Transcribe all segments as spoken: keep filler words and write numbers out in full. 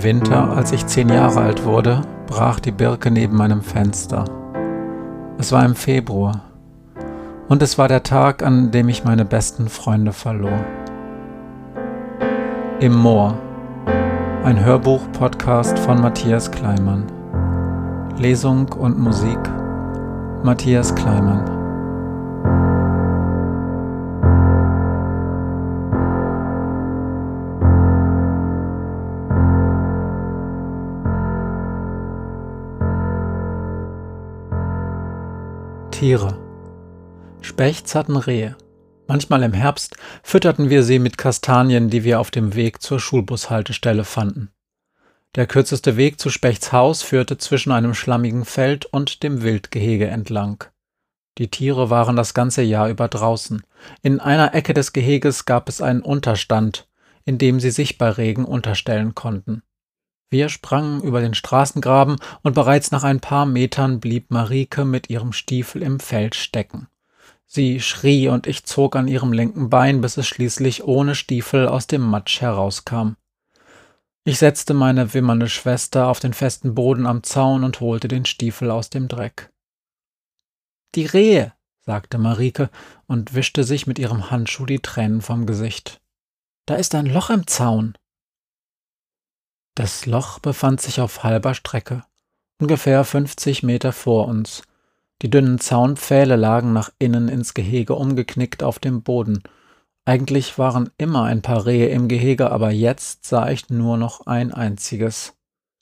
Im Winter, als ich zehn Jahre alt wurde, brach die Birke neben meinem Fenster. Es war im Februar und es war der Tag, an dem ich meine besten Freunde verlor. Im Moor, ein Hörbuch-Podcast von Matthias Kleimann. Lesung und Musik Matthias Kleimann. Tiere. Spechts hatten Rehe. Manchmal im Herbst fütterten wir sie mit Kastanien, die wir auf dem Weg zur Schulbushaltestelle fanden. Der kürzeste Weg zu Spechts Haus führte zwischen einem schlammigen Feld und dem Wildgehege entlang. Die Tiere waren das ganze Jahr über draußen. In einer Ecke des Geheges gab es einen Unterstand, in dem sie sich bei Regen unterstellen konnten. Wir sprangen über den Straßengraben und bereits nach ein paar Metern blieb Marike mit ihrem Stiefel im Feld stecken. Sie schrie und ich zog an ihrem linken Bein, bis es schließlich ohne Stiefel aus dem Matsch herauskam. Ich setzte meine wimmernde Schwester auf den festen Boden am Zaun und holte den Stiefel aus dem Dreck. »Die Rehe«, sagte Marike und wischte sich mit ihrem Handschuh die Tränen vom Gesicht. »Da ist ein Loch im Zaun.« Das Loch befand sich auf halber Strecke, ungefähr fünfzig Meter vor uns. Die dünnen Zaunpfähle lagen nach innen ins Gehege umgeknickt auf dem Boden. Eigentlich waren immer ein paar Rehe im Gehege, aber jetzt sah ich nur noch ein einziges.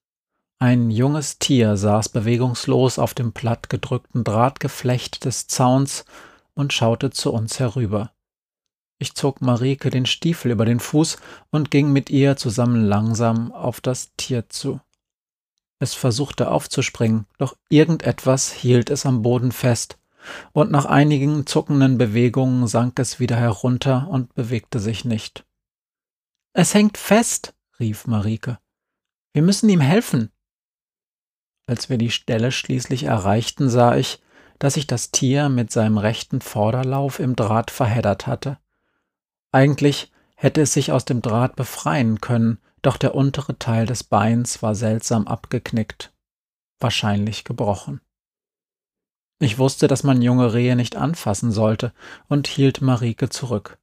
Ein junges Tier saß bewegungslos auf dem plattgedrückten Drahtgeflecht des Zauns und schaute zu uns herüber. Ich zog Marike den Stiefel über den Fuß und ging mit ihr zusammen langsam auf das Tier zu. Es versuchte aufzuspringen, doch irgendetwas hielt es am Boden fest, und nach einigen zuckenden Bewegungen sank es wieder herunter und bewegte sich nicht. »Es hängt fest«, rief Marike. »Wir müssen ihm helfen.« Als wir die Stelle schließlich erreichten, sah ich, dass sich das Tier mit seinem rechten Vorderlauf im Draht verheddert hatte. Eigentlich hätte es sich aus dem Draht befreien können, doch der untere Teil des Beins war seltsam abgeknickt, wahrscheinlich gebrochen. Ich wusste, dass man junge Rehe nicht anfassen sollte und hielt Marike zurück.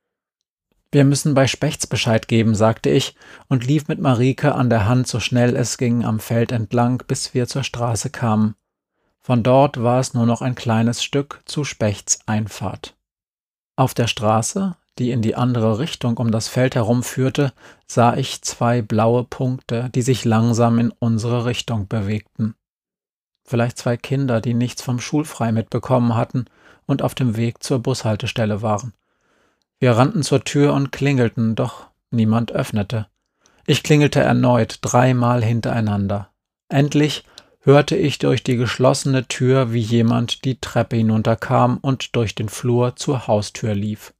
»Wir müssen bei Spechts Bescheid geben«, sagte ich und lief mit Marike an der Hand so schnell es ging am Feld entlang, bis wir zur Straße kamen. Von dort war es nur noch ein kleines Stück zu Spechts Einfahrt. Auf der Straße, die in die andere Richtung um das Feld herumführte, sah ich zwei blaue Punkte, die sich langsam in unsere Richtung bewegten. Vielleicht zwei Kinder, die nichts vom Schulfrei mitbekommen hatten und auf dem Weg zur Bushaltestelle waren. Wir rannten zur Tür und klingelten, doch niemand öffnete. Ich klingelte erneut, dreimal hintereinander. Endlich hörte ich durch die geschlossene Tür, wie jemand die Treppe hinunterkam und durch den Flur zur Haustür lief.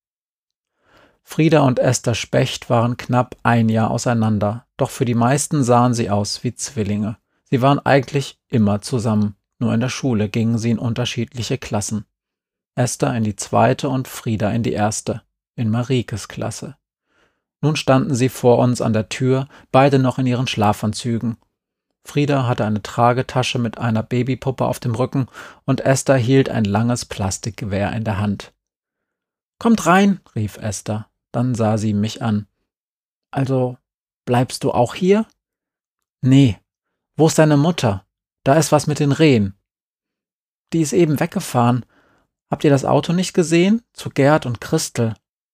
Frieda und Esther Specht waren knapp ein Jahr auseinander, doch für die meisten sahen sie aus wie Zwillinge. Sie waren eigentlich immer zusammen, nur in der Schule gingen sie in unterschiedliche Klassen. Esther in die zweite und Frieda in die erste, in Marikes Klasse. Nun standen sie vor uns an der Tür, beide noch in ihren Schlafanzügen. Frieda hatte eine Tragetasche mit einer Babypuppe auf dem Rücken und Esther hielt ein langes Plastikgewehr in der Hand. »Kommt rein«, rief Esther. Dann sah sie mich an. »Also, bleibst du auch hier?« »Nee. Wo ist deine Mutter? Da ist was mit den Rehen.« »Die ist eben weggefahren. Habt ihr das Auto nicht gesehen? Zu Gerd und Christel.«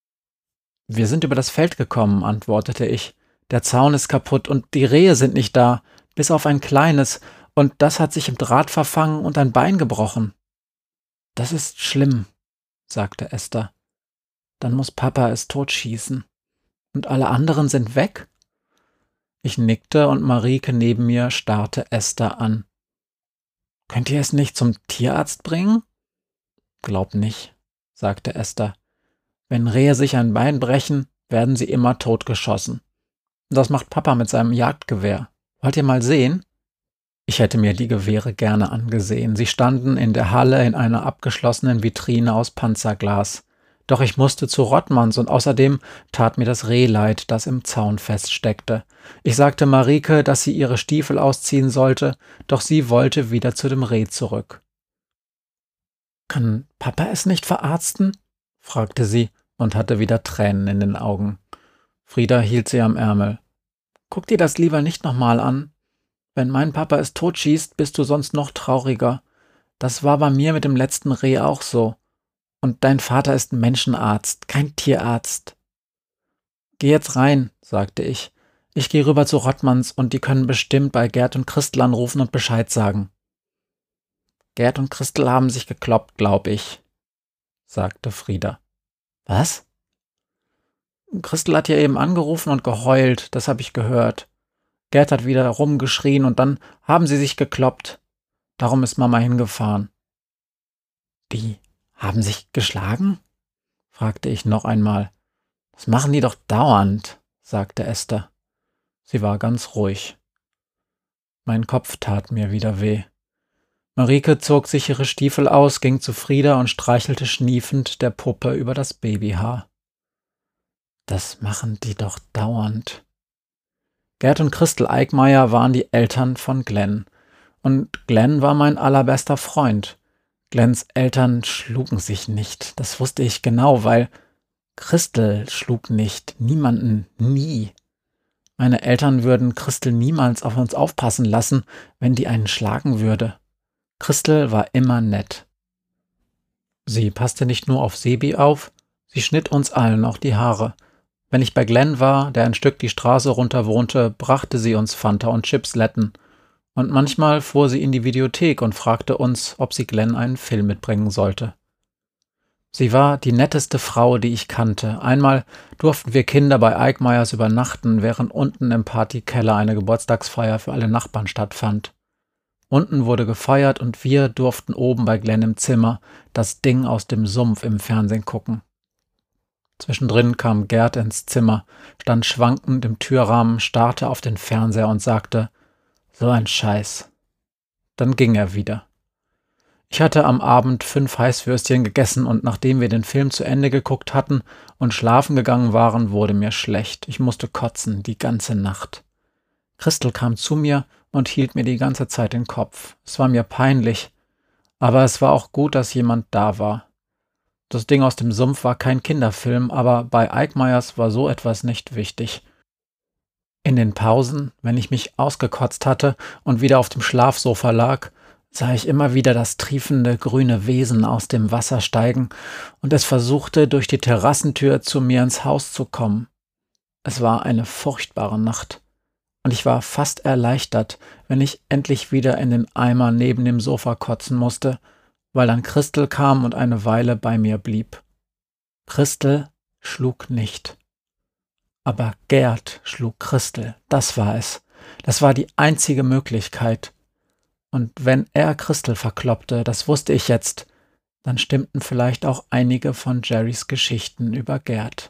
»Wir sind über das Feld gekommen«, antwortete ich. »Der Zaun ist kaputt und die Rehe sind nicht da, bis auf ein kleines, und das hat sich im Draht verfangen und ein Bein gebrochen.« »Das ist schlimm«, sagte Esther. »Dann muss Papa es totschießen. Und alle anderen sind weg?« Ich nickte und Marike neben mir starrte Esther an. »Könnt ihr es nicht zum Tierarzt bringen?« »Glaub nicht«, sagte Esther. »Wenn Rehe sich ein Bein brechen, werden sie immer totgeschossen. Und das macht Papa mit seinem Jagdgewehr. Wollt ihr mal sehen?« Ich hätte mir die Gewehre gerne angesehen. Sie standen in der Halle in einer abgeschlossenen Vitrine aus Panzerglas. Doch ich musste zu Rottmanns und außerdem tat mir das Reh leid, das im Zaun feststeckte. Ich sagte Marike, dass sie ihre Stiefel ausziehen sollte, doch sie wollte wieder zu dem Reh zurück. »Kann Papa es nicht verarzten?« fragte sie und hatte wieder Tränen in den Augen. Frieda hielt sie am Ärmel. »Guck dir das lieber nicht nochmal an. Wenn mein Papa es totschießt, bist du sonst noch trauriger. Das war bei mir mit dem letzten Reh auch so. Und dein Vater ist Menschenarzt, kein Tierarzt.« »Geh jetzt rein«, sagte ich. »Ich gehe rüber zu Rottmanns und die können bestimmt bei Gerd und Christel anrufen und Bescheid sagen.« »Gerd und Christel haben sich gekloppt, glaub ich«, sagte Frieda. »Was?« »Christel hat ja eben angerufen und geheult, das habe ich gehört. Gerd hat wieder rumgeschrien und dann haben sie sich gekloppt. Darum ist Mama hingefahren.« »Die haben sich geschlagen?« fragte ich noch einmal. »Das machen die doch dauernd«, sagte Esther. Sie war ganz ruhig. Mein Kopf tat mir wieder weh. Marike zog sich ihre Stiefel aus, ging zu Frieda und streichelte schniefend der Puppe über das Babyhaar. »Das machen die doch dauernd.« Gerd und Christel Eickmeyer waren die Eltern von Glenn. Und Glenn war mein allerbester Freund. Glenns Eltern schlugen sich nicht, das wusste ich genau, weil Christel schlug nicht, niemanden, nie. Meine Eltern würden Christel niemals auf uns aufpassen lassen, wenn die einen schlagen würde. Christel war immer nett. Sie passte nicht nur auf Sebi auf, sie schnitt uns allen auch die Haare. Wenn ich bei Glenn war, der ein Stück die Straße runter wohnte, brachte sie uns Fanta und Chipsletten. Und manchmal fuhr sie in die Videothek und fragte uns, ob sie Glenn einen Film mitbringen sollte. Sie war die netteste Frau, die ich kannte. Einmal durften wir Kinder bei Eickmeyers übernachten, während unten im Partykeller eine Geburtstagsfeier für alle Nachbarn stattfand. Unten wurde gefeiert und wir durften oben bei Glenn im Zimmer das Ding aus dem Sumpf im Fernsehen gucken. Zwischendrin kam Gerd ins Zimmer, stand schwankend im Türrahmen, starrte auf den Fernseher und sagte, »So ein Scheiß.« Dann ging er wieder. Ich hatte am Abend fünf Heißwürstchen gegessen und nachdem wir den Film zu Ende geguckt hatten und schlafen gegangen waren, wurde mir schlecht. Ich musste kotzen, die ganze Nacht. Christel kam zu mir und hielt mir die ganze Zeit den Kopf. Es war mir peinlich, aber es war auch gut, dass jemand da war. Das Ding aus dem Sumpf war kein Kinderfilm, aber bei Eickmeyers war so etwas nicht wichtig. In den Pausen, wenn ich mich ausgekotzt hatte und wieder auf dem Schlafsofa lag, sah ich immer wieder das triefende grüne Wesen aus dem Wasser steigen und es versuchte, durch die Terrassentür zu mir ins Haus zu kommen. Es war eine furchtbare Nacht und ich war fast erleichtert, wenn ich endlich wieder in den Eimer neben dem Sofa kotzen musste, weil dann Christel kam und eine Weile bei mir blieb. Christel schlug nicht. Aber Gerd schlug Christel, das war es. Das war die einzige Möglichkeit. Und wenn er Christel verkloppte, das wusste ich jetzt, dann stimmten vielleicht auch einige von Jerrys Geschichten über Gerd.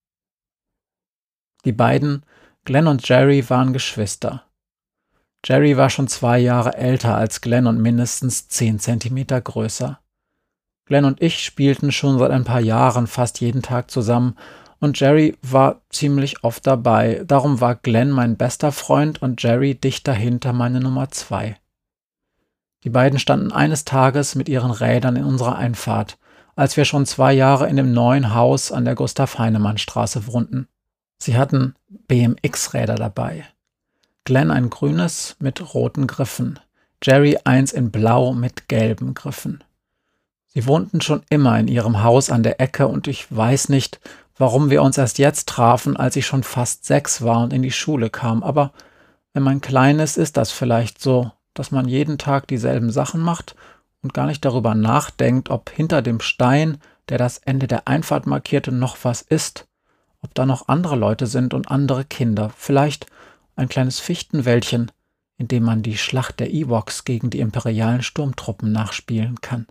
Die beiden, Glenn und Jerry, waren Geschwister. Jerry war schon zwei Jahre älter als Glenn und mindestens zehn Zentimeter größer. Glenn und ich spielten schon seit ein paar Jahren fast jeden Tag zusammen und Jerry war ziemlich oft dabei. Darum war Glenn mein bester Freund und Jerry dicht dahinter meine Nummer zwei. Die beiden standen eines Tages mit ihren Rädern in unserer Einfahrt, als wir schon zwei Jahre in dem neuen Haus an der Gustav-Heinemann-Straße wohnten. Sie hatten B M X-Räder dabei. Glenn ein grünes mit roten Griffen, Jerry eins in blau mit gelben Griffen. Sie wohnten schon immer in ihrem Haus an der Ecke und ich weiß nicht, warum wir uns erst jetzt trafen, als ich schon fast sechs war und in die Schule kam, aber wenn man klein ist, ist das vielleicht so, dass man jeden Tag dieselben Sachen macht und gar nicht darüber nachdenkt, ob hinter dem Stein, der das Ende der Einfahrt markierte, noch was ist, ob da noch andere Leute sind und andere Kinder, vielleicht ein kleines Fichtenwäldchen, in dem man die Schlacht der Ewoks gegen die imperialen Sturmtruppen nachspielen kann.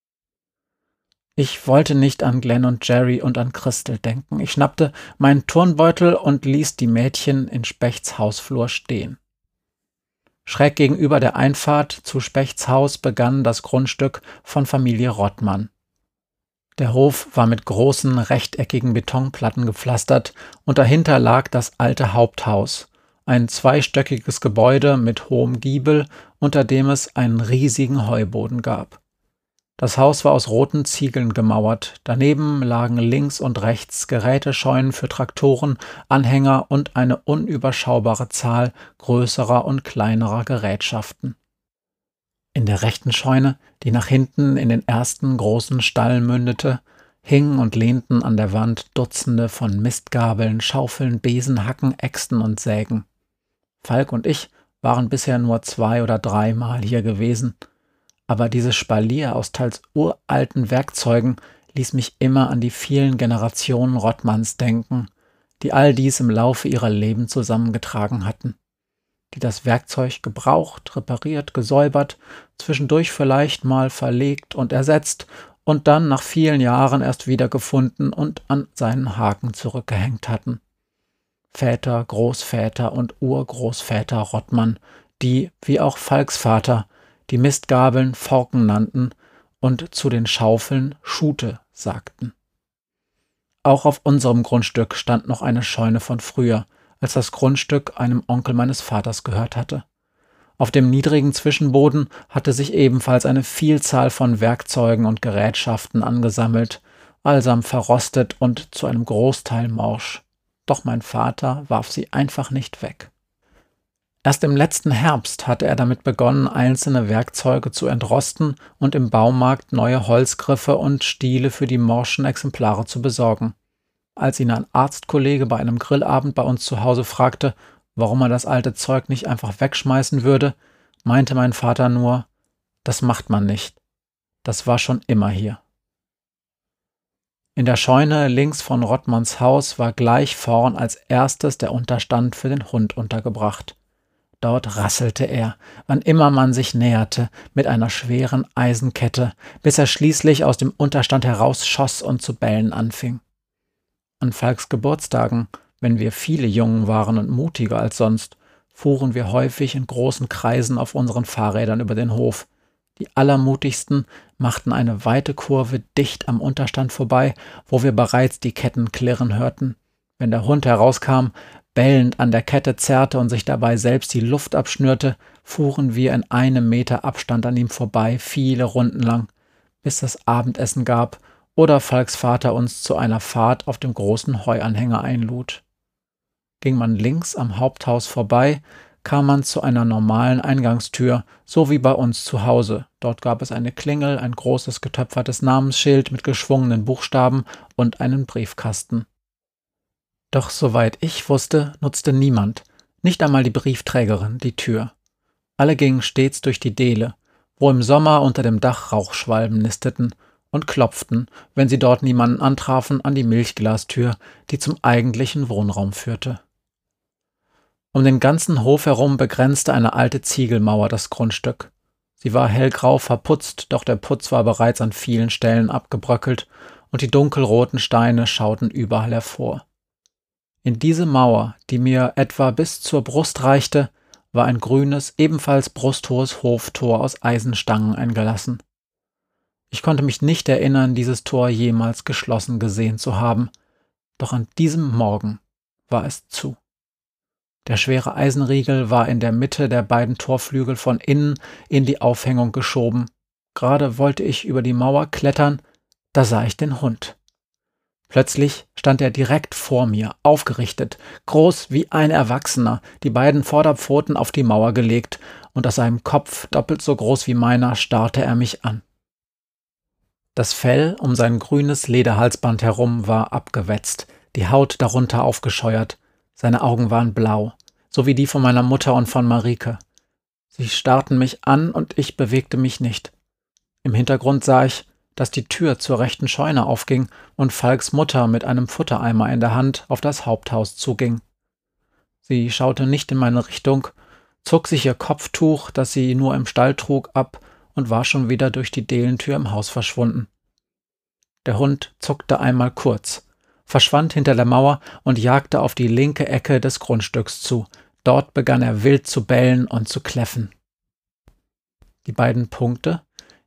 Ich wollte nicht an Glenn und Jerry und an Christel denken. Ich schnappte meinen Turnbeutel und ließ die Mädchen in Spechts Hausflur stehen. Schräg gegenüber der Einfahrt zu Spechts Haus begann das Grundstück von Familie Rottmann. Der Hof war mit großen, rechteckigen Betonplatten gepflastert und dahinter lag das alte Haupthaus, ein zweistöckiges Gebäude mit hohem Giebel, unter dem es einen riesigen Heuboden gab. Das Haus war aus roten Ziegeln gemauert, daneben lagen links und rechts Gerätescheunen für Traktoren, Anhänger und eine unüberschaubare Zahl größerer und kleinerer Gerätschaften. In der rechten Scheune, die nach hinten in den ersten großen Stall mündete, hingen und lehnten an der Wand Dutzende von Mistgabeln, Schaufeln, Besen, Hacken, Äxten und Sägen. Falk und ich waren bisher nur zwei oder dreimal hier gewesen, aber dieses Spalier aus teils uralten Werkzeugen ließ mich immer an die vielen Generationen Rottmanns denken, die all dies im Laufe ihrer Leben zusammengetragen hatten, die das Werkzeug gebraucht, repariert, gesäubert, zwischendurch vielleicht mal verlegt und ersetzt und dann nach vielen Jahren erst wiedergefunden und an seinen Haken zurückgehängt hatten. Väter, Großväter und Urgroßväter Rottmann, die, wie auch Falks Vater, die Mistgabeln Forken nannten und zu den Schaufeln Schute sagten. Auch auf unserem Grundstück stand noch eine Scheune von früher, als das Grundstück einem Onkel meines Vaters gehört hatte. Auf dem niedrigen Zwischenboden hatte sich ebenfalls eine Vielzahl von Werkzeugen und Gerätschaften angesammelt, allsam verrostet und zu einem Großteil morsch. Doch mein Vater warf sie einfach nicht weg. Erst im letzten Herbst hatte er damit begonnen, einzelne Werkzeuge zu entrosten und im Baumarkt neue Holzgriffe und Stiele für die morschen Exemplare zu besorgen. Als ihn ein Arztkollege bei einem Grillabend bei uns zu Hause fragte, warum er das alte Zeug nicht einfach wegschmeißen würde, meinte mein Vater nur, das macht man nicht. Das war schon immer hier. In der Scheune links von Rottmanns Haus war gleich vorn als erstes der Unterstand für den Hund untergebracht. Dort rasselte er, wann immer man sich näherte, mit einer schweren Eisenkette, bis er schließlich aus dem Unterstand herausschoss und zu bellen anfing. An Falks Geburtstagen, wenn wir viele Jungen waren und mutiger als sonst, fuhren wir häufig in großen Kreisen auf unseren Fahrrädern über den Hof. Die Allermutigsten machten eine weite Kurve dicht am Unterstand vorbei, wo wir bereits die Ketten klirren hörten. Wenn der Hund herauskam, bellend an der Kette zerrte und sich dabei selbst die Luft abschnürte, fuhren wir in einem Meter Abstand an ihm vorbei, viele Runden lang, bis das Abendessen gab oder Falks Vater uns zu einer Fahrt auf dem großen Heuanhänger einlud. Ging man links am Haupthaus vorbei, kam man zu einer normalen Eingangstür, so wie bei uns zu Hause. Dort gab es eine Klingel, ein großes getöpfertes Namensschild mit geschwungenen Buchstaben und einen Briefkasten. Doch soweit ich wusste, nutzte niemand, nicht einmal die Briefträgerin, die Tür. Alle gingen stets durch die Deele, wo im Sommer unter dem Dach Rauchschwalben nisteten, und klopften, wenn sie dort niemanden antrafen, an die Milchglastür, die zum eigentlichen Wohnraum führte. Um den ganzen Hof herum begrenzte eine alte Ziegelmauer das Grundstück. Sie war hellgrau verputzt, doch der Putz war bereits an vielen Stellen abgebröckelt und die dunkelroten Steine schauten überall hervor. In diese Mauer, die mir etwa bis zur Brust reichte, war ein grünes, ebenfalls brusthohes Hoftor aus Eisenstangen eingelassen. Ich konnte mich nicht erinnern, dieses Tor jemals geschlossen gesehen zu haben, doch an diesem Morgen war es zu. Der schwere Eisenriegel war in der Mitte der beiden Torflügel von innen in die Aufhängung geschoben. Gerade wollte ich über die Mauer klettern, da sah ich den Hund. Plötzlich stand er direkt vor mir, aufgerichtet, groß wie ein Erwachsener, die beiden Vorderpfoten auf die Mauer gelegt, und aus seinem Kopf, doppelt so groß wie meiner, starrte er mich an. Das Fell um sein grünes Lederhalsband herum war abgewetzt, die Haut darunter aufgescheuert, seine Augen waren blau, so wie die von meiner Mutter und von Marike. Sie starrten mich an und ich bewegte mich nicht. Im Hintergrund sah ich, dass die Tür zur rechten Scheune aufging und Falks Mutter mit einem Futtereimer in der Hand auf das Haupthaus zuging. Sie schaute nicht in meine Richtung, zog sich ihr Kopftuch, das sie nur im Stall trug, ab und war schon wieder durch die Dehlentür im Haus verschwunden. Der Hund zuckte einmal kurz, verschwand hinter der Mauer und jagte auf die linke Ecke des Grundstücks zu. Dort begann er wild zu bellen und zu kläffen. Die beiden Punkte,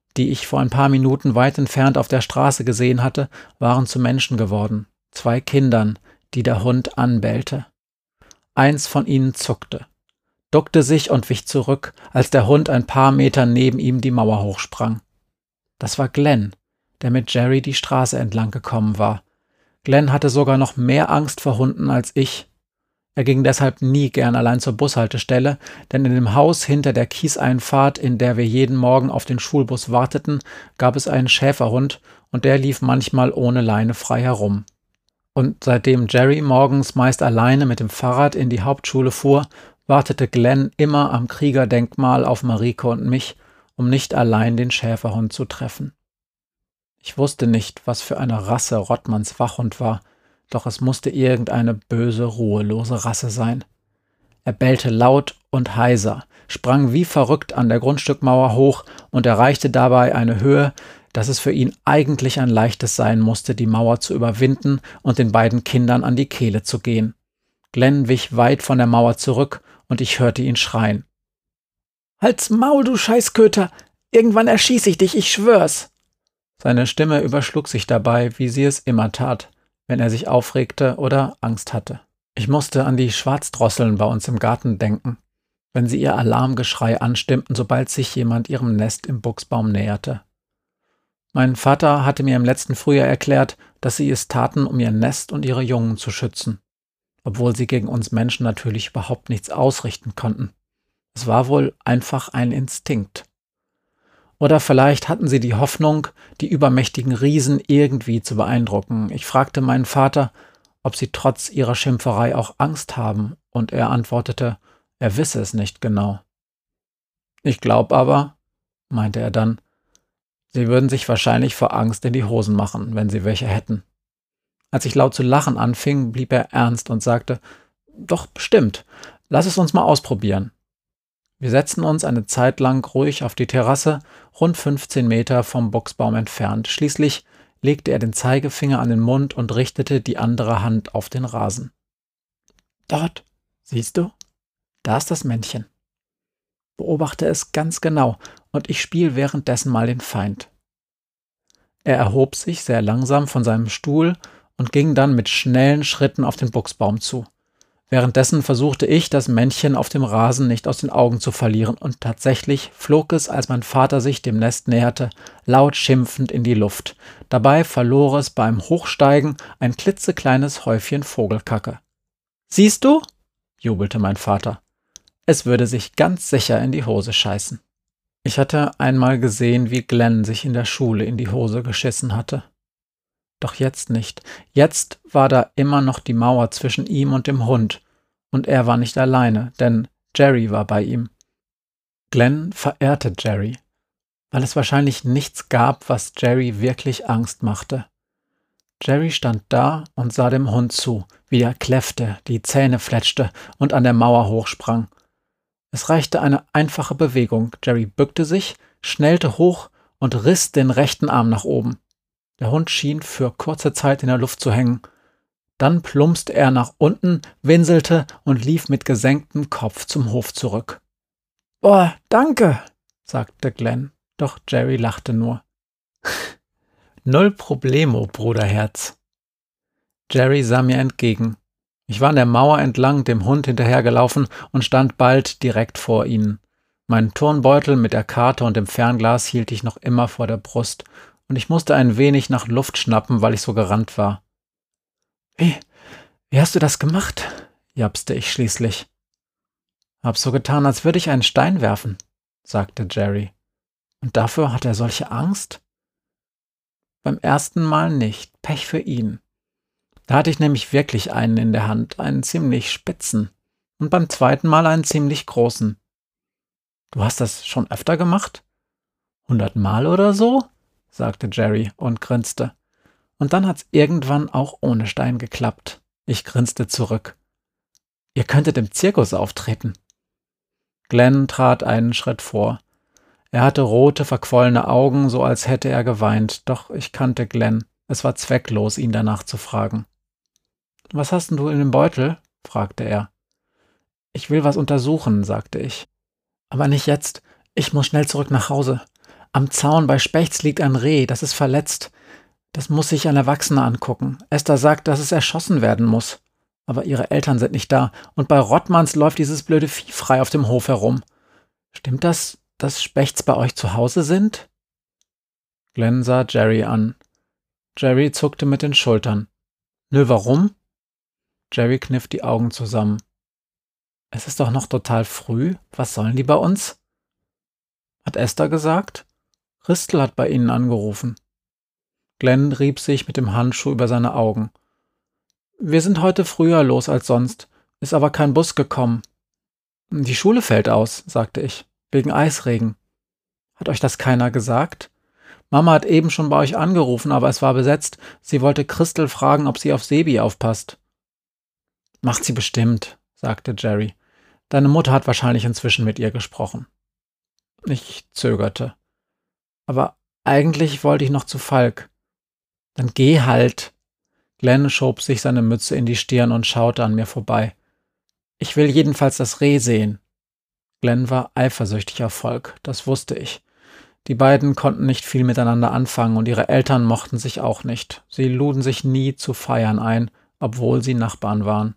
die ich vor ein paar Minuten weit entfernt auf der Straße gesehen hatte, waren zu Menschen geworden. Zwei Kindern, die der Hund anbellte. Eins von ihnen zuckte, duckte sich und wich zurück, als der Hund ein paar Meter neben ihm die Mauer hochsprang. Das war Glenn, der mit Jerry die Straße entlang gekommen war. Glenn hatte sogar noch mehr Angst vor Hunden als ich. Er ging deshalb nie gern allein zur Bushaltestelle, denn in dem Haus hinter der Kieseinfahrt, in der wir jeden Morgen auf den Schulbus warteten, gab es einen Schäferhund und der lief manchmal ohne Leine frei herum. Und seitdem Jerry morgens meist alleine mit dem Fahrrad in die Hauptschule fuhr, wartete Glenn immer am Kriegerdenkmal auf Marike und mich, um nicht allein den Schäferhund zu treffen. Ich wusste nicht, was für eine Rasse Rottmanns Wachhund war, doch es musste irgendeine böse, ruhelose Rasse sein. Er bellte laut und heiser, sprang wie verrückt an der Grundstückmauer hoch und erreichte dabei eine Höhe, dass es für ihn eigentlich ein leichtes sein musste, die Mauer zu überwinden und den beiden Kindern an die Kehle zu gehen. Glenn wich weit von der Mauer zurück und ich hörte ihn schreien. »Halt's Maul, du Scheißköter! Irgendwann erschieß ich dich, ich schwör's!« Seine Stimme überschlug sich dabei, wie sie es immer tat, wenn er sich aufregte oder Angst hatte. Ich musste an die Schwarzdrosseln bei uns im Garten denken, wenn sie ihr Alarmgeschrei anstimmten, sobald sich jemand ihrem Nest im Buchsbaum näherte. Mein Vater hatte mir im letzten Frühjahr erklärt, dass sie es taten, um ihr Nest und ihre Jungen zu schützen, obwohl sie gegen uns Menschen natürlich überhaupt nichts ausrichten konnten. Es war wohl einfach ein Instinkt. Oder vielleicht hatten sie die Hoffnung, die übermächtigen Riesen irgendwie zu beeindrucken. Ich fragte meinen Vater, ob sie trotz ihrer Schimpferei auch Angst haben, und er antwortete, er wisse es nicht genau. Ich glaube aber, meinte er dann, sie würden sich wahrscheinlich vor Angst in die Hosen machen, wenn sie welche hätten. Als ich laut zu lachen anfing, blieb er ernst und sagte, doch bestimmt, lass es uns mal ausprobieren. Wir setzten uns eine Zeit lang ruhig auf die Terrasse, rund fünfzehn Meter vom Buchsbaum entfernt. Schließlich legte er den Zeigefinger an den Mund und richtete die andere Hand auf den Rasen. Dort, siehst du? Da ist das Männchen. Beobachte es ganz genau und ich spiele währenddessen mal den Feind. Er erhob sich sehr langsam von seinem Stuhl und ging dann mit schnellen Schritten auf den Buchsbaum zu. Währenddessen versuchte ich, das Männchen auf dem Rasen nicht aus den Augen zu verlieren, und tatsächlich flog es, als mein Vater sich dem Nest näherte, laut schimpfend in die Luft. Dabei verlor es beim Hochsteigen ein klitzekleines Häufchen Vogelkacke. »Siehst du?« jubelte mein Vater. »Es würde sich ganz sicher in die Hose scheißen.« Ich hatte einmal gesehen, wie Glenn sich in der Schule in die Hose geschissen hatte. Doch jetzt nicht. Jetzt war da immer noch die Mauer zwischen ihm und dem Hund. Und er war nicht alleine, denn Jerry war bei ihm. Glenn verehrte Jerry, weil es wahrscheinlich nichts gab, was Jerry wirklich Angst machte. Jerry stand da und sah dem Hund zu, wie er kläffte, die Zähne fletschte und an der Mauer hochsprang. Es reichte eine einfache Bewegung. Jerry bückte sich, schnellte hoch und riss den rechten Arm nach oben. Der Hund schien für kurze Zeit in der Luft zu hängen. Dann plumpste er nach unten, winselte und lief mit gesenktem Kopf zum Hof zurück. »Boah, danke«, sagte Glenn, doch Jerry lachte nur. »Null Problemo, Bruderherz.« Jerry sah mir entgegen. Ich war an der Mauer entlang dem Hund hinterhergelaufen und stand bald direkt vor ihnen. Meinen Turnbeutel mit der Karte und dem Fernglas hielt ich noch immer vor der Brust, und ich musste ein wenig nach Luft schnappen, weil ich so gerannt war. »Wie, wie hast du das gemacht?« japste ich schließlich. »Hab so getan, als würde ich einen Stein werfen«, sagte Jerry. »Und dafür hat er solche Angst?« »Beim ersten Mal nicht, Pech für ihn. Da hatte ich nämlich wirklich einen in der Hand, einen ziemlich spitzen, und beim zweiten Mal einen ziemlich großen.« »Du hast das schon öfter gemacht?« »Hundertmal oder so?«, sagte Jerry und grinste. Und dann hat's irgendwann auch ohne Stein geklappt. Ich grinste zurück. »Ihr könntet im Zirkus auftreten.« Glenn trat einen Schritt vor. Er hatte rote, verquollene Augen, so als hätte er geweint, doch ich kannte Glenn. Es war zwecklos, ihn danach zu fragen. »Was hast denn du in dem Beutel?« fragte er. »Ich will was untersuchen«, sagte ich. »Aber nicht jetzt. Ich muss schnell zurück nach Hause. Am Zaun bei Spechts liegt ein Reh, das ist verletzt. Das muss sich ein Erwachsener angucken. Esther sagt, dass es erschossen werden muss. Aber ihre Eltern sind nicht da. Und bei Rottmanns läuft dieses blöde Vieh frei auf dem Hof herum. Stimmt das, dass Spechts bei euch zu Hause sind? Glenn sah Jerry an. Jerry zuckte mit den Schultern. Nö, warum? Jerry kniff die Augen zusammen. Es ist doch noch total früh. Was sollen die bei uns? Hat Esther gesagt? Christel hat bei ihnen angerufen. Glenn rieb sich mit dem Handschuh über seine Augen. Wir sind heute früher los als sonst, ist aber kein Bus gekommen. Die Schule fällt aus, sagte ich, wegen Eisregen. Hat euch das keiner gesagt? Mama hat eben schon bei euch angerufen, aber es war besetzt. Sie wollte Christel fragen, ob sie auf Sebi aufpasst. Macht sie bestimmt, sagte Jerry. Deine Mutter hat wahrscheinlich inzwischen mit ihr gesprochen. Ich zögerte. Aber eigentlich wollte ich noch zu Falk. Dann geh halt. Glenn schob sich seine Mütze in die Stirn und schaute an mir vorbei. Ich will jedenfalls das Reh sehen. Glenn war eifersüchtig auf Falk, das wusste ich. Die beiden konnten nicht viel miteinander anfangen und ihre Eltern mochten sich auch nicht. Sie luden sich nie zu Feiern ein, obwohl sie Nachbarn waren.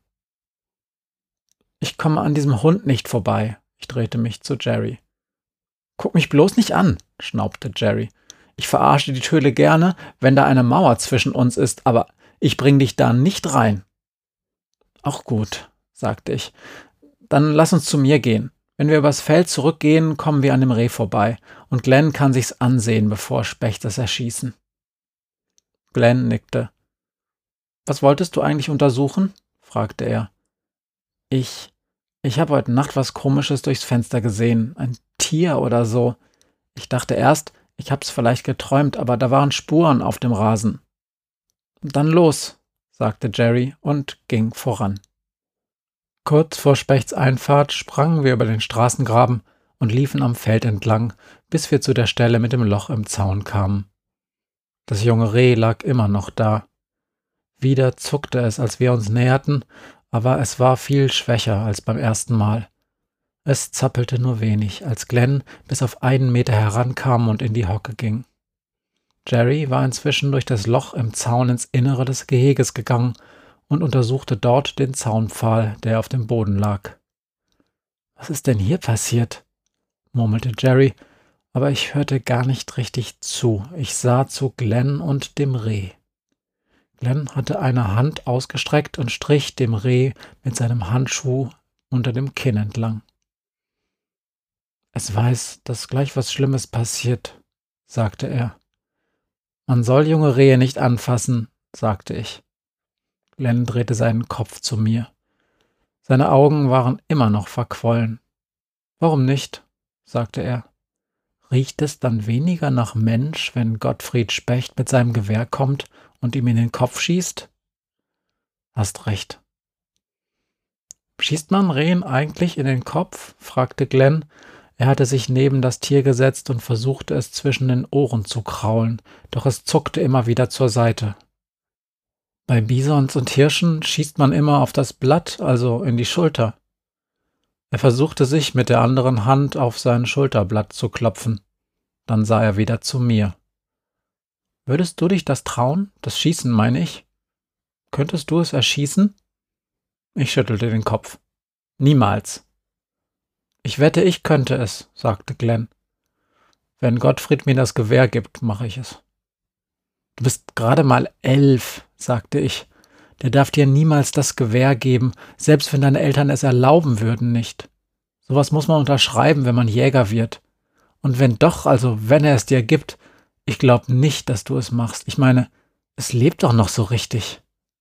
Ich komme an diesem Hund nicht vorbei. Ich drehte mich zu Jerry. Guck mich bloß nicht an, schnaubte Jerry. Ich verarsche die Töle gerne, wenn da eine Mauer zwischen uns ist, aber ich bring dich da nicht rein. Auch gut, sagte ich. Dann lass uns zu mir gehen. Wenn wir übers Feld zurückgehen, kommen wir an dem Reh vorbei und Glenn kann sich's ansehen, bevor Specht es erschießen. Glenn nickte. Was wolltest du eigentlich untersuchen? Fragte er. Ich, ich habe heute Nacht was Komisches durchs Fenster gesehen. Ein Tier oder so. Ich dachte erst, ich hab's vielleicht geträumt, aber da waren Spuren auf dem Rasen. Dann los, sagte Jerry und ging voran. Kurz vor Spechts Einfahrt sprangen wir über den Straßengraben und liefen am Feld entlang, bis wir zu der Stelle mit dem Loch im Zaun kamen. Das junge Reh lag immer noch da. Wieder zuckte es, als wir uns näherten, aber es war viel schwächer als beim ersten Mal. Es zappelte nur wenig, als Glenn bis auf einen Meter herankam und in die Hocke ging. Jerry war inzwischen durch das Loch im Zaun ins Innere des Geheges gegangen und untersuchte dort den Zaunpfahl, der auf dem Boden lag. »Was ist denn hier passiert?« murmelte Jerry, aber ich hörte gar nicht richtig zu. Ich sah zu Glenn und dem Reh. Glenn hatte eine Hand ausgestreckt und strich dem Reh mit seinem Handschuh unter dem Kinn entlang. »Es weiß, dass gleich was Schlimmes passiert«, sagte er. »Man soll junge Rehe nicht anfassen«, sagte ich. Glenn drehte seinen Kopf zu mir. Seine Augen waren immer noch verquollen. »Warum nicht?«, sagte er. »Riecht es dann weniger nach Mensch, wenn Gottfried Specht mit seinem Gewehr kommt und ihm in den Kopf schießt?« »Hast recht.« »Schießt man Rehen eigentlich in den Kopf?«, fragte Glenn. Er hatte sich neben das Tier gesetzt und versuchte es zwischen den Ohren zu kraulen, doch es zuckte immer wieder zur Seite. »Bei Bisons und Hirschen schießt man immer auf das Blatt, also in die Schulter.« Er versuchte sich mit der anderen Hand auf sein Schulterblatt zu klopfen. Dann sah er wieder zu mir. »Würdest du dich das trauen? Das Schießen, meine ich. Könntest du es erschießen?« Ich schüttelte den Kopf. »Niemals.« »Ich wette, ich könnte es«, sagte Glenn. »Wenn Gottfried mir das Gewehr gibt, mache ich es.« »Du bist gerade mal elf«, sagte ich. »Der darf dir niemals das Gewehr geben, selbst wenn deine Eltern es erlauben würden nicht. Sowas muss man unterschreiben, wenn man Jäger wird. Und wenn doch, also wenn er es dir gibt, ich glaube nicht, dass du es machst. Ich meine, es lebt doch noch so richtig.«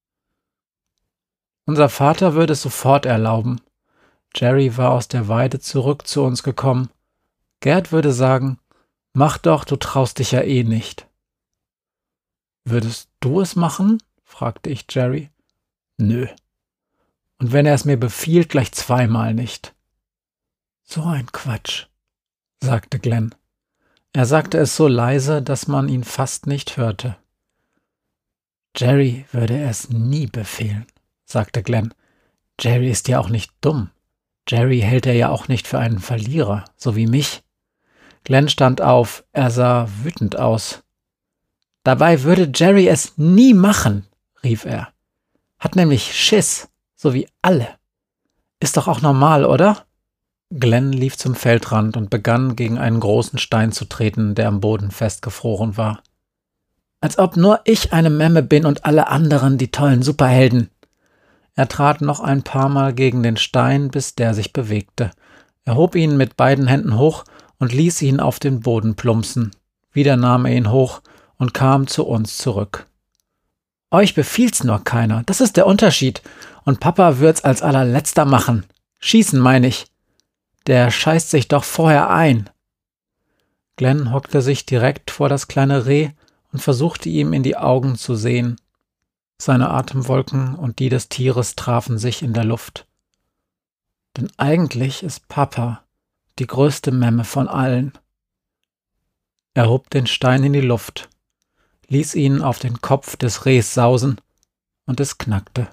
Unser Vater würde es sofort erlauben. Jerry war aus der Weide zurück zu uns gekommen. Gerd würde sagen, »Mach doch, du traust dich ja eh nicht.« »Würdest du es machen?«, fragte ich Jerry. »Nö. Und wenn er es mir befiehlt, gleich zweimal nicht.« »So ein Quatsch«, sagte Glenn. Er sagte es so leise, dass man ihn fast nicht hörte. »Jerry würde es nie befehlen«, sagte Glenn. »Jerry ist ja auch nicht dumm. Jerry hält er ja auch nicht für einen Verlierer, so wie mich. Glenn stand auf, er sah wütend aus. »Dabei würde Jerry es nie machen«, rief er. »Hat nämlich Schiss, so wie alle. Ist doch auch normal, oder?« Glenn lief zum Feldrand und begann, gegen einen großen Stein zu treten, der am Boden festgefroren war. »Als ob nur ich eine Memme bin und alle anderen die tollen Superhelden.« Er trat noch ein paar Mal gegen den Stein, bis der sich bewegte. Er hob ihn mit beiden Händen hoch und ließ ihn auf den Boden plumpsen. Wieder nahm er ihn hoch und kam zu uns zurück. »Euch befiehlt's nur keiner, das ist der Unterschied. Und Papa wird's als allerletzter machen. Schießen, meine ich. Der scheißt sich doch vorher ein.« Glenn hockte sich direkt vor das kleine Reh und versuchte ihm in die Augen zu sehen. Seine Atemwolken und die des Tieres trafen sich in der Luft. Denn eigentlich ist Papa die größte Memme von allen. Er hob den Stein in die Luft, ließ ihn auf den Kopf des Rehs sausen und es knackte.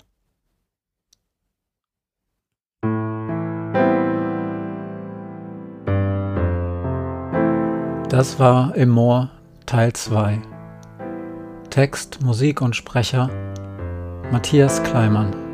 Das war Im Moor Teil zwei. Text, Musik und Sprecher Matthias Kleimann.